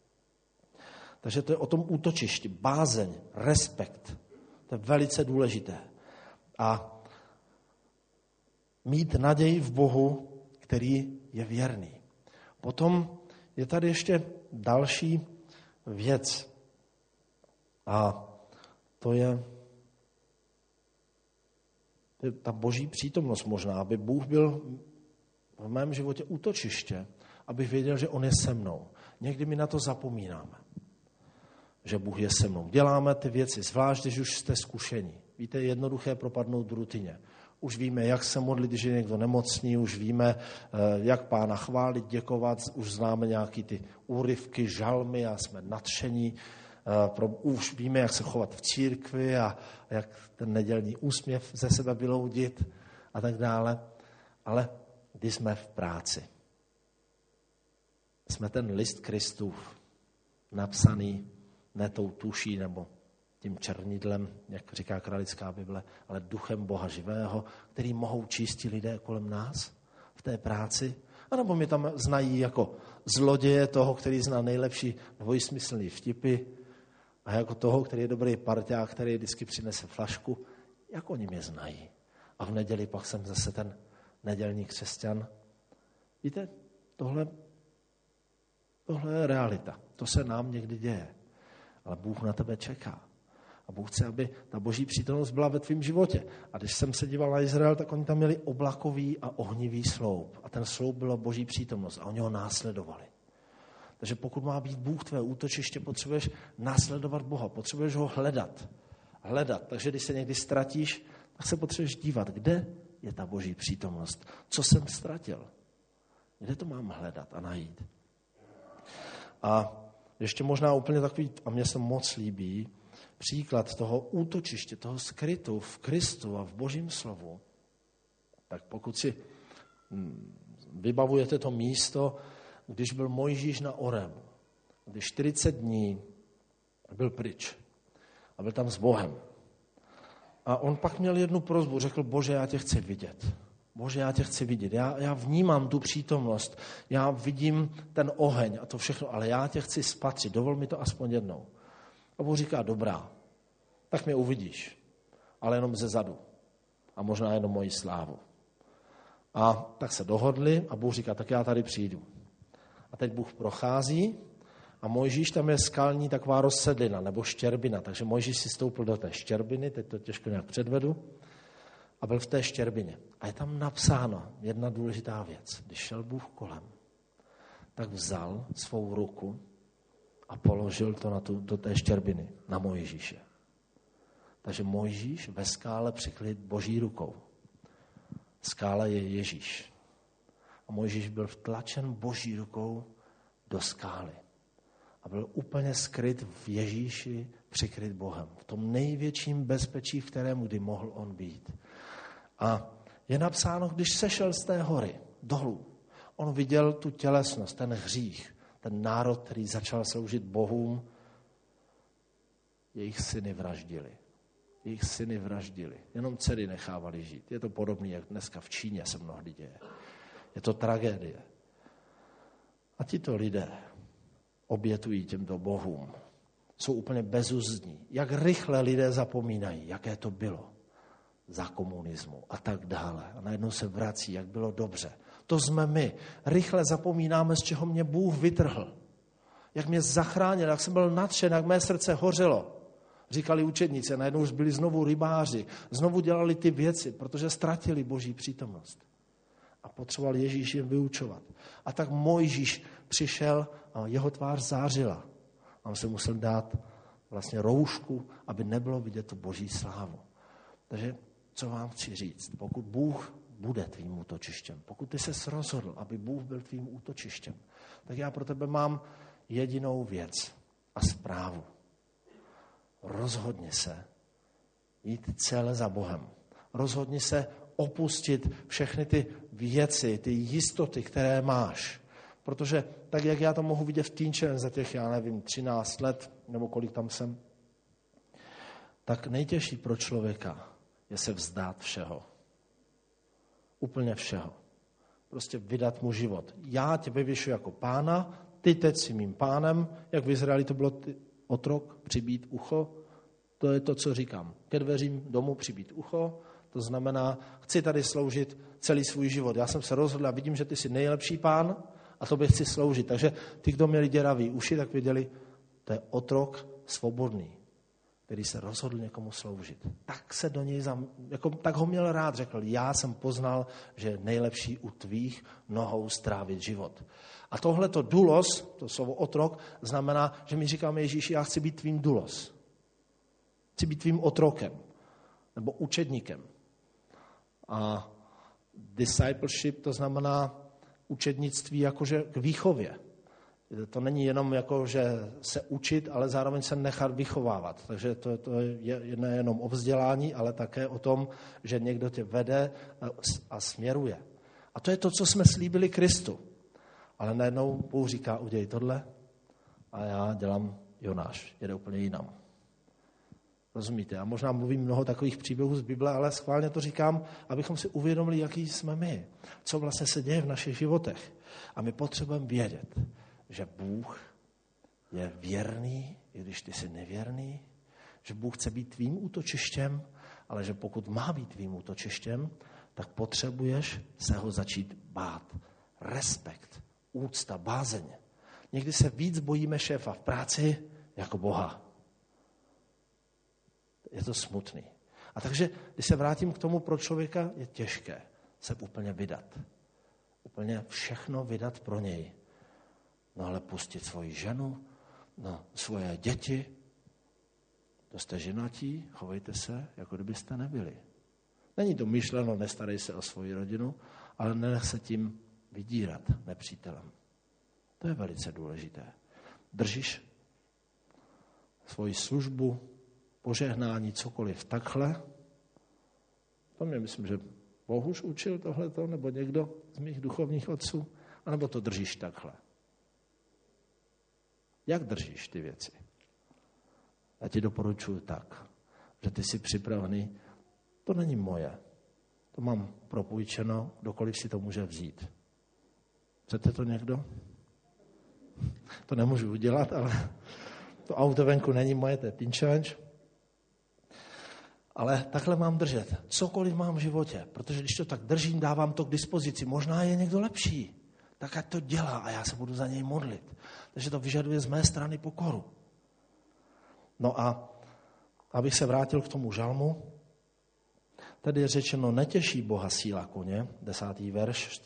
Takže to je o tom útočišti, bázeň, respekt. To je velice důležité. A mít naději v Bohu, který je věrný. Potom je tady ještě další věc. A to je ta boží přítomnost možná, aby Bůh byl v mém životě útočiště, abych věděl, že on je se mnou. Někdy mi na to zapomínáme, že Bůh je se mnou. Děláme ty věci, zvlášť, když už jste zkušení. Víte, je jednoduché propadnout v rutině. Už víme, jak se modlit, když je někdo nemocný, už víme, jak Pána chválit, děkovat, už známe nějaký ty úryvky, žalmy a jsme nadšení. Už víme, jak se chovat v církvi a jak ten nedělní úsměv ze sebe vyloudit a tak dále. Ale když jsme v práci, jsme ten list Kristův napsaný ne tou tuší nebo tím černidlem, jak říká kralická Bible, ale duchem Boha živého, který mohou číst lidé kolem nás v té práci. A nebo mě tam znají jako zloděje toho, který zná nejlepší dvojsmyslný vtipy, a jako toho, který je dobrý parťák, který vždycky přinese flašku, jak oni mě znají. A v neděli pak jsem zase ten nedělní křesťan. Víte, tohle je realita. To se nám někdy děje. Ale Bůh na tebe čeká. A Bůh chce, aby ta boží přítomnost byla ve tvém životě. A když jsem se díval na Izrael, tak oni tam měli oblakový a ohnivý sloup. A ten sloup byla boží přítomnost. A oni ho následovali. Takže pokud má být Bůh tvé útočiště, potřebuješ následovat Boha, potřebuješ ho hledat. Takže když se někdy ztratíš, tak se potřebuješ dívat, kde je ta boží přítomnost. Co jsem ztratil? Kde to mám hledat a najít? A ještě možná úplně takový, a mně se moc líbí, příklad toho útočiště, toho skrytu v Kristu a v božím slovu, tak pokud si vybavujete to místo, když byl Mojžíš na Oreb, když 40 dní byl pryč a byl tam s Bohem. A on pak měl jednu prosbu, řekl, Bože, já tě chci vidět. Bože, já tě chci vidět. Já vnímám tu přítomnost, já vidím ten oheň a to všechno, ale já tě chci spatřit, dovol mi to aspoň jednou. A Bůh říká, dobrá, tak mě uvidíš, ale jenom ze zadu a možná jenom moji slávu. A tak se dohodli a Bůh říká, tak já tady přijdu. A teď Bůh prochází a Mojžíš, tam je skalní taková rozsedlina nebo štěrbina, takže Mojžíš si stoupil do té štěrbiny, teď to těžko nějak předvedu, a byl v té štěrbině. A je tam napsáno jedna důležitá věc. Když šel Bůh kolem, tak vzal svou ruku a položil to do té štěrbiny, na Mojžíše. Takže Mojžíš ve skále přikryt Boží rukou. Skála je Ježíš. A Mojžíš byl vtlačen Boží rukou do skály. A byl úplně skryt v Ježíši, přikryt Bohem. V tom největším bezpečí, v kterému kdy mohl on být. A je napsáno, když sešel z té hory dolů, on viděl tu tělesnost, ten hřích, ten národ, který začal sloužit bohům, jejich syny vraždili. Jejich syny vraždili. Jenom dcery nechávali žít. Je to podobné, jak dneska v Číně se mnohdy děje. Je to tragédie. A tito lidé obětují těmto bohům. Jsou úplně bezuzdní. Jak rychle lidé zapomínají, jaké to bylo za komunismu a tak dále. A najednou se vrací, jak bylo dobře. To jsme my. Rychle zapomínáme, z čeho mě Bůh vytrhl. Jak mě zachránil, jak jsem byl nadšen, jak mé srdce hořelo. Říkali učedníci, najednou už byli znovu rybáři. Znovu dělali ty věci, protože ztratili Boží přítomnost. A potřeboval Ježíš jim vyučovat. A tak Mojžíš přišel a jeho tvář zářila. A on se musel dát vlastně roušku, aby nebylo vidět tu Boží slávu. Takže co vám chci říct? Pokud Bůh bude tvým útočištěm, pokud ty ses rozhodl, aby Bůh byl tvým útočištěm, tak já pro tebe mám jedinou věc a zprávu. Rozhodni se jít celé za Bohem. Rozhodni se opustit všechny ty věci, ty jistoty, které máš. Protože tak, jak já to mohu vidět v Týnče za těch, 13 let, nebo kolik tam jsem, tak nejtěžší pro člověka je se vzdát všeho. Úplně všeho. Prostě vydat mu život. Já tě vyvěšuji jako pána, ty teď si mým pánem, jak v Izraeli to bylo otrok, přibít ucho, to je to, co říkám. Ke dveřím domu přibít ucho, to znamená, chci tady sloužit celý svůj život. Já jsem se rozhodl a vidím, že ty jsi nejlepší pán a tobě chci sloužit. Takže ty, kdo měli děravý uši, tak věděli, to je otrok svobodný, který se rozhodl někomu sloužit. Tak se do něj tak ho měl rád, řekl, já jsem poznal, že je nejlepší u tvých nohou strávit život. A tohleto dulos, to slovo otrok, znamená, že my říkáme Ježíši, já chci být tvým dulos. Chci být tvým otrokem nebo učedníkem. A discipleship to znamená učednictví jakože k výchově. To není jenom jako, že se učit, ale zároveň se nechat vychovávat. Takže to je nejenom o vzdělání, ale také o tom, že někdo tě vede a směruje. A to je to, co jsme slíbili Kristu. Ale najednou Bůh říká, udělej tohle a já dělám Jonáš. Jede úplně jinam. Rozumíte? A možná mluvím mnoho takových příběhů z Bible, ale schválně to říkám, abychom si uvědomili, jaký jsme my. Co vlastně se děje v našich životech. A my potřebujeme vědět, že Bůh je věrný, i když ty jsi nevěrný, že Bůh chce být tvým útočištěm, ale že pokud má být tvým útočištěm, tak potřebuješ se ho začít bát. Respekt, úcta, bázeň. Někdy se víc bojíme šéfa v práci jako Boha. Je to smutný. A takže, když se vrátím k tomu, pro člověka je těžké se úplně vydat. Úplně všechno vydat pro něj. No ale pustit svoji ženu, no svoje děti. To jste ženatí, chovejte se, jako kdybyste nebyli. Není to myšleno, nestarej se o svoji rodinu, ale nenech se tím vydírat nepřítelem. To je velice důležité. Držíš svoji službu, požehnání, cokoliv takhle. To mě myslím, že Bůh už učil tohleto, nebo někdo z mých duchovních otců, anebo to držíš takhle. Jak držíš ty věci? Já ti doporučuji tak, že ty jsi připravený, to není moje. To mám propůjčeno, kdokoliv si to může vzít. Chcete to někdo? To nemůžu udělat, ale to auto venku není moje, to je Teen Challenge. Ale takhle mám držet. Cokoliv mám v životě, protože když to tak držím, dávám to k dispozici. Možná je někdo lepší, tak ať to dělá a já se budu za něj modlit. Takže to vyžaduje z mé strany pokoru. No a abych se vrátil k tomu žalmu, tady je řečeno, netěší Boha síla koně, 10. verš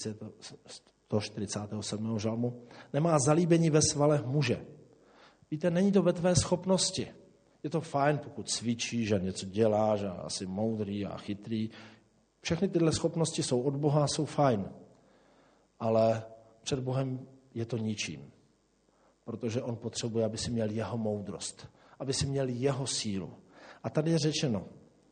147. žalmu, nemá zalíbení ve svalech muže. Víte, není to ve tvé schopnosti. Je to fajn, pokud cvičíš a něco děláš a jsi moudrý a chytrý. Všechny tyhle schopnosti jsou od Boha a jsou fajn. Ale před Bohem je to ničím. Protože on potřebuje, aby si měl jeho moudrost. Aby si měl jeho sílu. A tady je řečeno,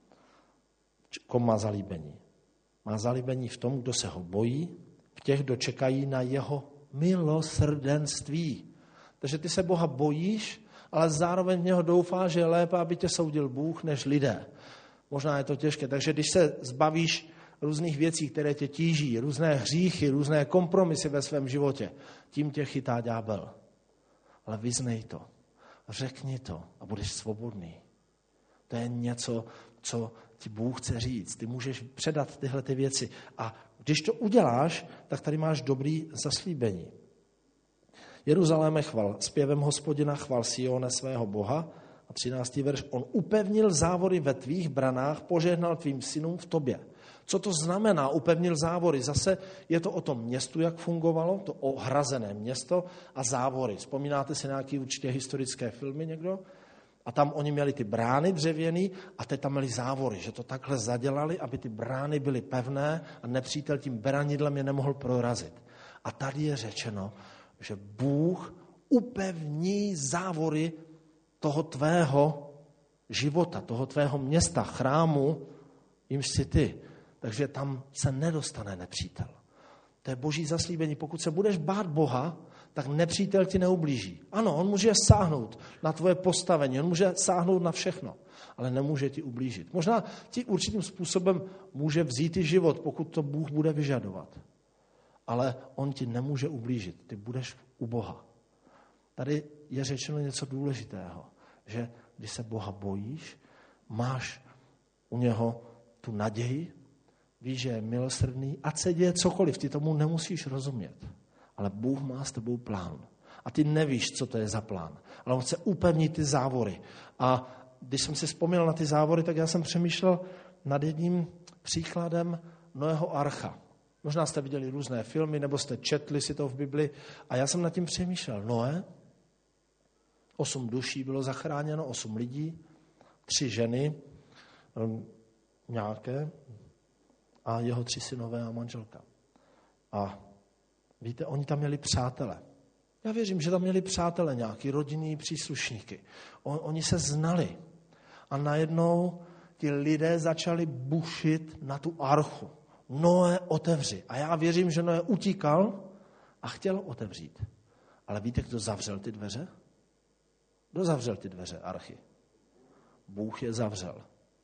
komu má zalíbení. Má zalíbení v tom, kdo se ho bojí, v těch, kdo čekají na jeho milosrdenství. Takže ty se Boha bojíš, ale zároveň v něho doufáš, že je lépe, aby tě soudil Bůh, než lidé. Možná je to těžké. Takže když se zbavíš různých věcí, které tě tíží, různé hříchy, různé kompromisy ve svém životě, tím tě chytá ďábel. Ale vyznej to, řekni to a budeš svobodný. To je něco, co ti Bůh chce říct. Ty můžeš předat tyhle ty věci. A když to uděláš, tak tady máš dobrý zaslíbení. Jeruzaléme chval, zpěvem Hospodina chval Sione svého Boha. A 13. verš, on upevnil závory ve tvých branách, požehnal tvým synům v tobě. Co to znamená upevnil závory? Zase je to o tom městu, jak fungovalo, to ohrazené město a závory. Vzpomínáte si nějaké určitě historické filmy někdo? A tam oni měli ty brány dřevěný a teď tam měli závory, že to takhle zadělali, aby ty brány byly pevné a nepřítel tím beranidlem je nemohl prorazit. A tady je řečeno, že Bůh upevní závory toho tvého života, toho tvého města, chrámu, jimž jsi ty. Takže tam se nedostane nepřítel. To je boží zaslíbení. Pokud se budeš bát Boha, tak nepřítel ti neublíží. Ano, on může sáhnout na tvoje postavení, on může sáhnout na všechno, ale nemůže ti ublížit. Možná ti určitým způsobem může vzít i život, pokud to Bůh bude vyžadovat. Ale on ti nemůže ublížit. Ty budeš u Boha. Tady je řečeno něco důležitého, že když se Boha bojíš, máš u něho tu naději, víš, že je milosrdný, ať se děje cokoliv, ty tomu nemusíš rozumět. Ale Bůh má s tebou plán. A ty nevíš, co to je za plán. Ale on chce upevnit ty závory. A když jsem si vzpomněl na ty závory, tak já jsem přemýšlel nad jedním příkladem Noého archa. Možná jste viděli různé filmy, nebo jste četli si to v Bibli. A já jsem nad tím přemýšlel. Noé, 8 duší bylo zachráněno, 8 lidí, 3 ženy, nějaké, a jeho 3 synové a manželka. A víte, oni tam měli přátele. Já věřím, že tam měli přátele, nějaký rodinný příslušníky. Oni se znali. A najednou ti lidé začali bušit na tu archu. Noé, otevři. A já věřím, že Noé utíkal a chtěl otevřít. Ale víte, kdo zavřel ty dveře? Kdo zavřel ty dveře archy? Bůh je zavřel.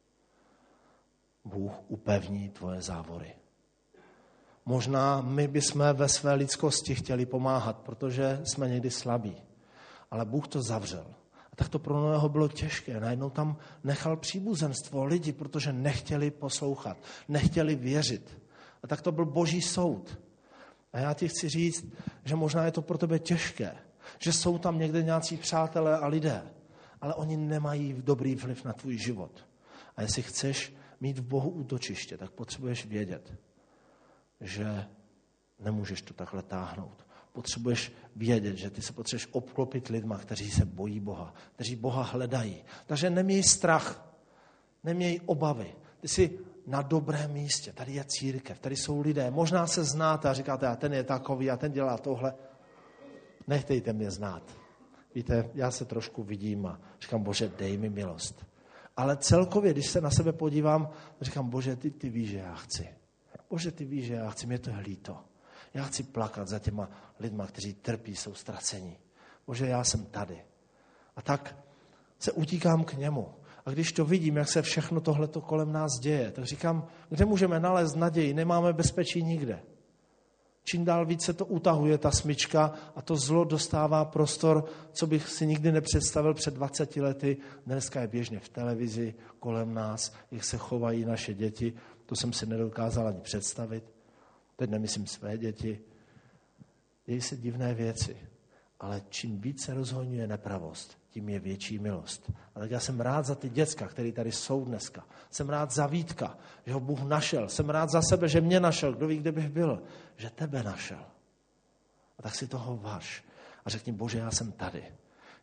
Bůh upevní tvoje závory. Možná my bychom ve své lidskosti chtěli pomáhat, protože jsme někdy slabí. Ale Bůh to zavřel. A tak to pro Noého bylo těžké. Najednou tam nechal příbuzenstvo lidi, protože nechtěli poslouchat, nechtěli věřit. A tak to byl boží soud. A já ti chci říct, že možná je to pro tebe těžké, že jsou tam někde nějací přátelé a lidé, ale oni nemají dobrý vliv na tvůj život. A jestli chceš mít v Bohu útočiště, tak potřebuješ vědět, že nemůžeš to takhle táhnout. Potřebuješ vědět, že ty se potřebuješ obklopit lidma, kteří se bojí Boha, kteří Boha hledají. Takže neměj strach, neměj obavy. Ty jsi na dobrém místě. Tady je církev, tady jsou lidé. Možná se znáte a říkáte, a ten je takový, a ten dělá tohle. Nechtejte mě znát. Víte, já se trošku vidím a říkám, Bože, dej mi milost. Ale celkově, když se na sebe podívám, říkám, Bože, ty víš, že já chci. Bože, ty víš, že já chci, mě to je líto. Já chci plakat za těma lidma, kteří trpí, jsou ztracení. Bože, já jsem tady. A tak se utíkám k němu. A když to vidím, jak se všechno tohleto kolem nás děje, tak říkám, kde můžeme nalézt naději? Nemáme bezpečí nikde. Čím dál víc se to utahuje, ta smyčka, a to zlo dostává prostor, co bych si nikdy nepředstavil před 20 lety. Dneska je běžně v televizi, kolem nás, jak se chovají naše děti. To jsem si nedokázal ani představit. Teď nemyslím své děti. Dějí se divné věci. Ale čím více rozhojňuje nepravost, tím je větší milost. A tak já jsem rád za ty děcka, který tady jsou dneska. Jsem rád za Vítka, že ho Bůh našel. Jsem rád za sebe, že mě našel. Kdo ví, kde bych byl? Že tebe našel. A tak si toho váž. A řekni, Bože, já jsem tady.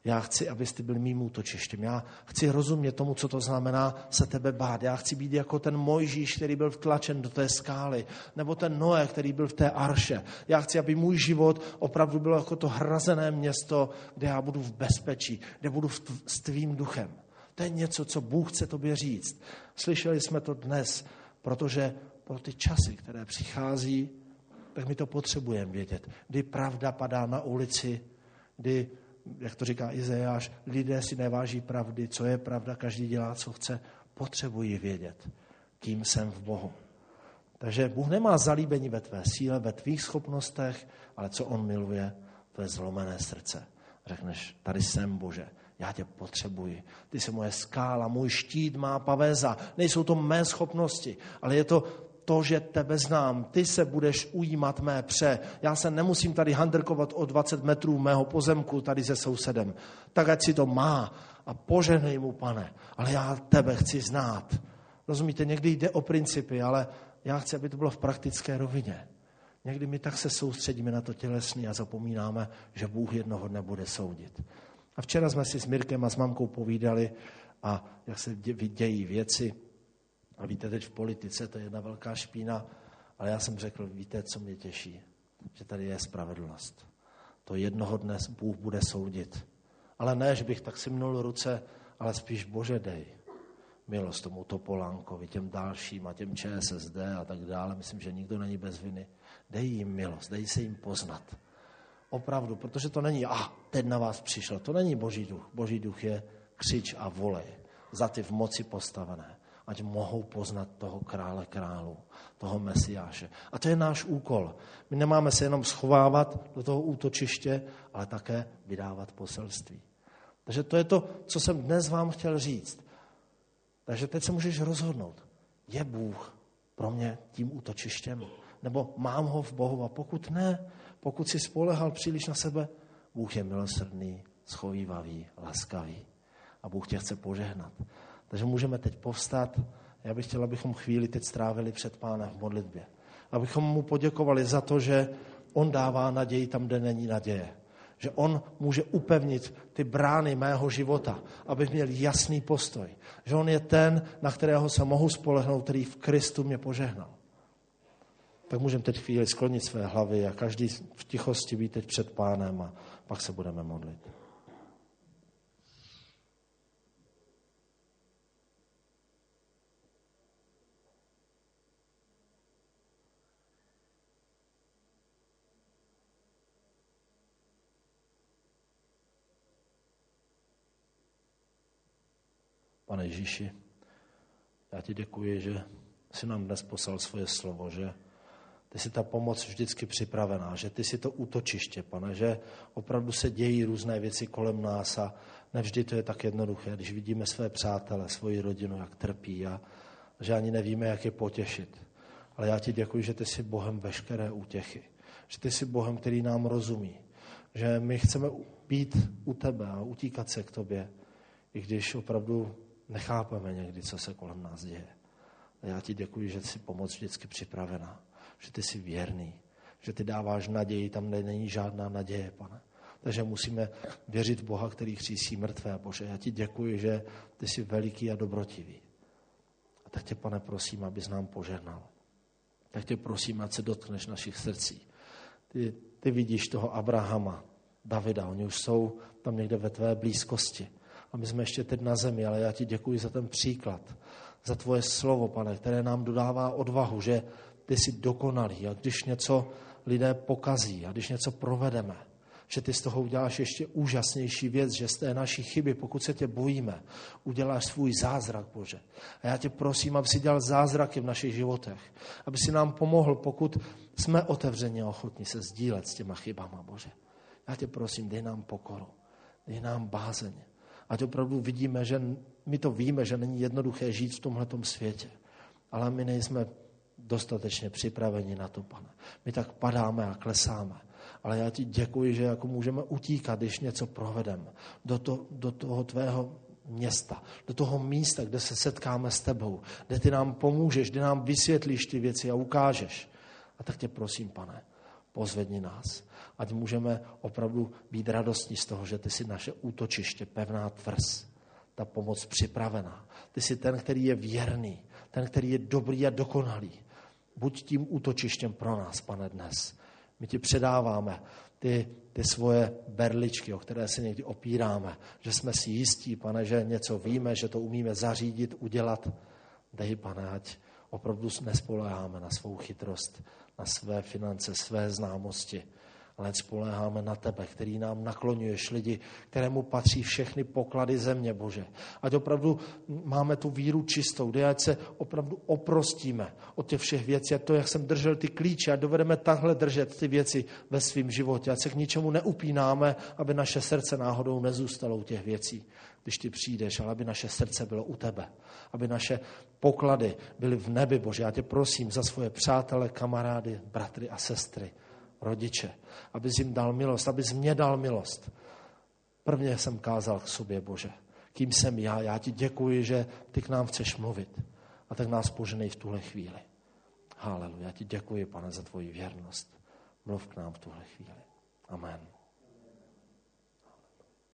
Já chci, abys ty byl mým útočištěm. Já chci rozumět tomu, co to znamená se tebe bát. Já chci být jako ten Mojžíš, který byl vtlačen do té skály, nebo ten Noé, který byl v té arše. Já chci, aby můj život opravdu byl jako to hrazené město, kde já budu v bezpečí, kde budu s tvým duchem. To je něco, co Bůh chce tobě říct. Slyšeli jsme to dnes, protože pro ty časy, které přichází, tak my to potřebujeme vědět. Kdy pravda padá na ulici, kdy, jak to říká Izajáš, lidé si neváží pravdy, co je pravda, každý dělá, co chce. Potřebují vědět, kým jsem v Bohu. Takže Bůh nemá zalíbení ve tvé síle, ve tvých schopnostech, ale co on miluje, tvé zlomené srdce. Řekneš, tady jsem, Bože, já tě potřebuji. Ty jsi moje skála, můj štít, má pavéza. Nejsou to mé schopnosti, ale je to, že tebe znám. Ty se budeš ujímat mé pře. Já se nemusím tady handrkovat o 20 metrů mého pozemku tady se sousedem. Tak ať si to má a požehnej mu, Pane. Ale já tebe chci znát. Rozumíte, někdy jde o principy, ale já chci, aby to bylo v praktické rovině. Někdy my tak se soustředíme na to tělesné a zapomínáme, že Bůh jednoho dne bude soudit. A včera jsme si s Mirkem a s mamkou povídali a jak se dějí věci. A víte, teď v politice to je jedna velká špína, ale já jsem řekl, víte, co mě těší? Že tady je spravedlnost. To jednoho dne Bůh bude soudit. Ale ne, že bych tak si mnul ruce, ale spíš Bože dej milost tomu Topolánkovi, těm dalším a těm ČSSD a tak dále. Myslím, že nikdo není bez viny. Dej jim milost, dej se jim poznat. Opravdu, protože to není, teď na vás přišel. To není Boží duch. Boží duch je křič a volej. Za ty v moci postavené. Ať mohou poznat toho krále králů, toho Mesiáše. A to je náš úkol. My nemáme se jenom schovávat do toho útočiště, ale také vydávat poselství. Takže to je to, co jsem dnes vám chtěl říct. Takže teď se můžeš rozhodnout. Je Bůh pro mě tím útočištěm? Nebo mám ho v Bohu? A pokud ne, pokud si spolehal příliš na sebe, Bůh je milosrdný, schovívavý, laskavý. A Bůh tě chce požehnat. Takže můžeme teď povstat. Já bych chtěl, abychom chvíli teď strávili před Pánem v modlitbě. Abychom mu poděkovali za to, že on dává naději tam, kde není naděje. Že on může upevnit ty brány mého života, abych měl jasný postoj. Že on je ten, na kterého se mohu spolehnout, který v Kristu mě požehnal. Tak můžeme teď chvíli sklonit své hlavy a každý v tichosti být teď před Pánem a pak se budeme modlit. Pane Ježíši, já ti děkuji, že jsi nám dnes poslal svoje slovo, že ty jsi ta pomoc vždycky připravená, že ty jsi to útočiště, Pane, že opravdu se dějí různé věci kolem nás a nevždy to je tak jednoduché, když vidíme své přátele, svoji rodinu, jak trpí a že ani nevíme, jak je potěšit. Ale já ti děkuji, že ty jsi Bohem veškeré útěchy, že ty jsi Bohem, který nám rozumí, že my chceme být u tebe a utíkat se k tobě, i když opravdu nechápeme někdy, co se kolem nás děje. A já ti děkuji, že jsi pomoc vždycky připravená, že ty jsi věrný, že ty dáváš naději tam, kde není žádná naděje, Pane. Takže musíme věřit v Boha, který křísí mrtvé, Bože. Já ti děkuji, že ty jsi veliký a dobrotivý. A tak tě, Pane, prosím, abys nám požehnal. Tak tě prosím, ať se dotkneš našich srdcí. Ty vidíš toho Abrahama, Davida, oni už jsou tam někde ve tvé blízkosti. A my jsme ještě teď na zemi, ale já ti děkuji za ten příklad, za tvoje slovo, Pane, které nám dodává odvahu, že ty jsi dokonalý a když něco lidé pokazí a když něco provedeme, že ty z toho uděláš ještě úžasnější věc, že z té naší chyby, pokud se tě bojíme, uděláš svůj zázrak, Bože. A já tě prosím, aby si dělal zázraky v našich životech, aby si nám pomohl, pokud jsme otevřeni a ochotní se sdílet s těma chybama, Bože. Já tě prosím, dej nám pokoru, dej nám bázeň. Ať opravdu vidíme, že my to víme, že není jednoduché žít v tomhletom světě, ale my nejsme dostatečně připraveni na to, Pane. My tak padáme a klesáme. Ale já ti děkuji, že jako můžeme utíkat, když něco provedeme do toho tvého města, do toho místa, kde se setkáme s tebou, kde ty nám pomůžeš, kde nám vysvětlíš ty věci a ukážeš. A tak tě prosím, Pane, Pozvedni nás. Ať můžeme opravdu být radostní z toho, že ty jsi naše útočiště, pevná tvrz, ta pomoc připravená. Ty jsi ten, který je věrný, ten, který je dobrý a dokonalý. Buď tím útočištěm pro nás, Pane, dnes. My ti předáváme ty svoje berličky, o které se někdy opíráme, že jsme si jistí, Pane, že něco víme, že to umíme zařídit, udělat. Dej, Pane, ať opravdu nespoléháme na svou chytrost, na své finance, své známosti, ale ať spoléháme na tebe, který nám nakloňuješ lidi, kterému patří všechny poklady země, Bože. Ať opravdu máme tu víru čistou, kde ať se opravdu oprostíme od těch všech věcí, a to, jak jsem držel ty klíče, a dovedeme takhle držet ty věci ve svém životě, ať se k ničemu neupínáme, aby naše srdce náhodou nezůstalo u těch věcí, když ty přijdeš, ale aby naše srdce bylo u tebe, aby naše poklady byly v nebi, Bože. Já tě prosím za svoje přátele, kamarády, bratry a sestry, rodiče, abys jim dal milost, abys mě dal milost. Prvně jsem kázal k sobě, Bože, kým jsem já. Já ti děkuji, že ty k nám chceš mluvit. A tak nás poženej v tuhle chvíli. Haleluja. Já ti děkuji, Pane, za tvoji věrnost. Mluv k nám v tuhle chvíli. Amen.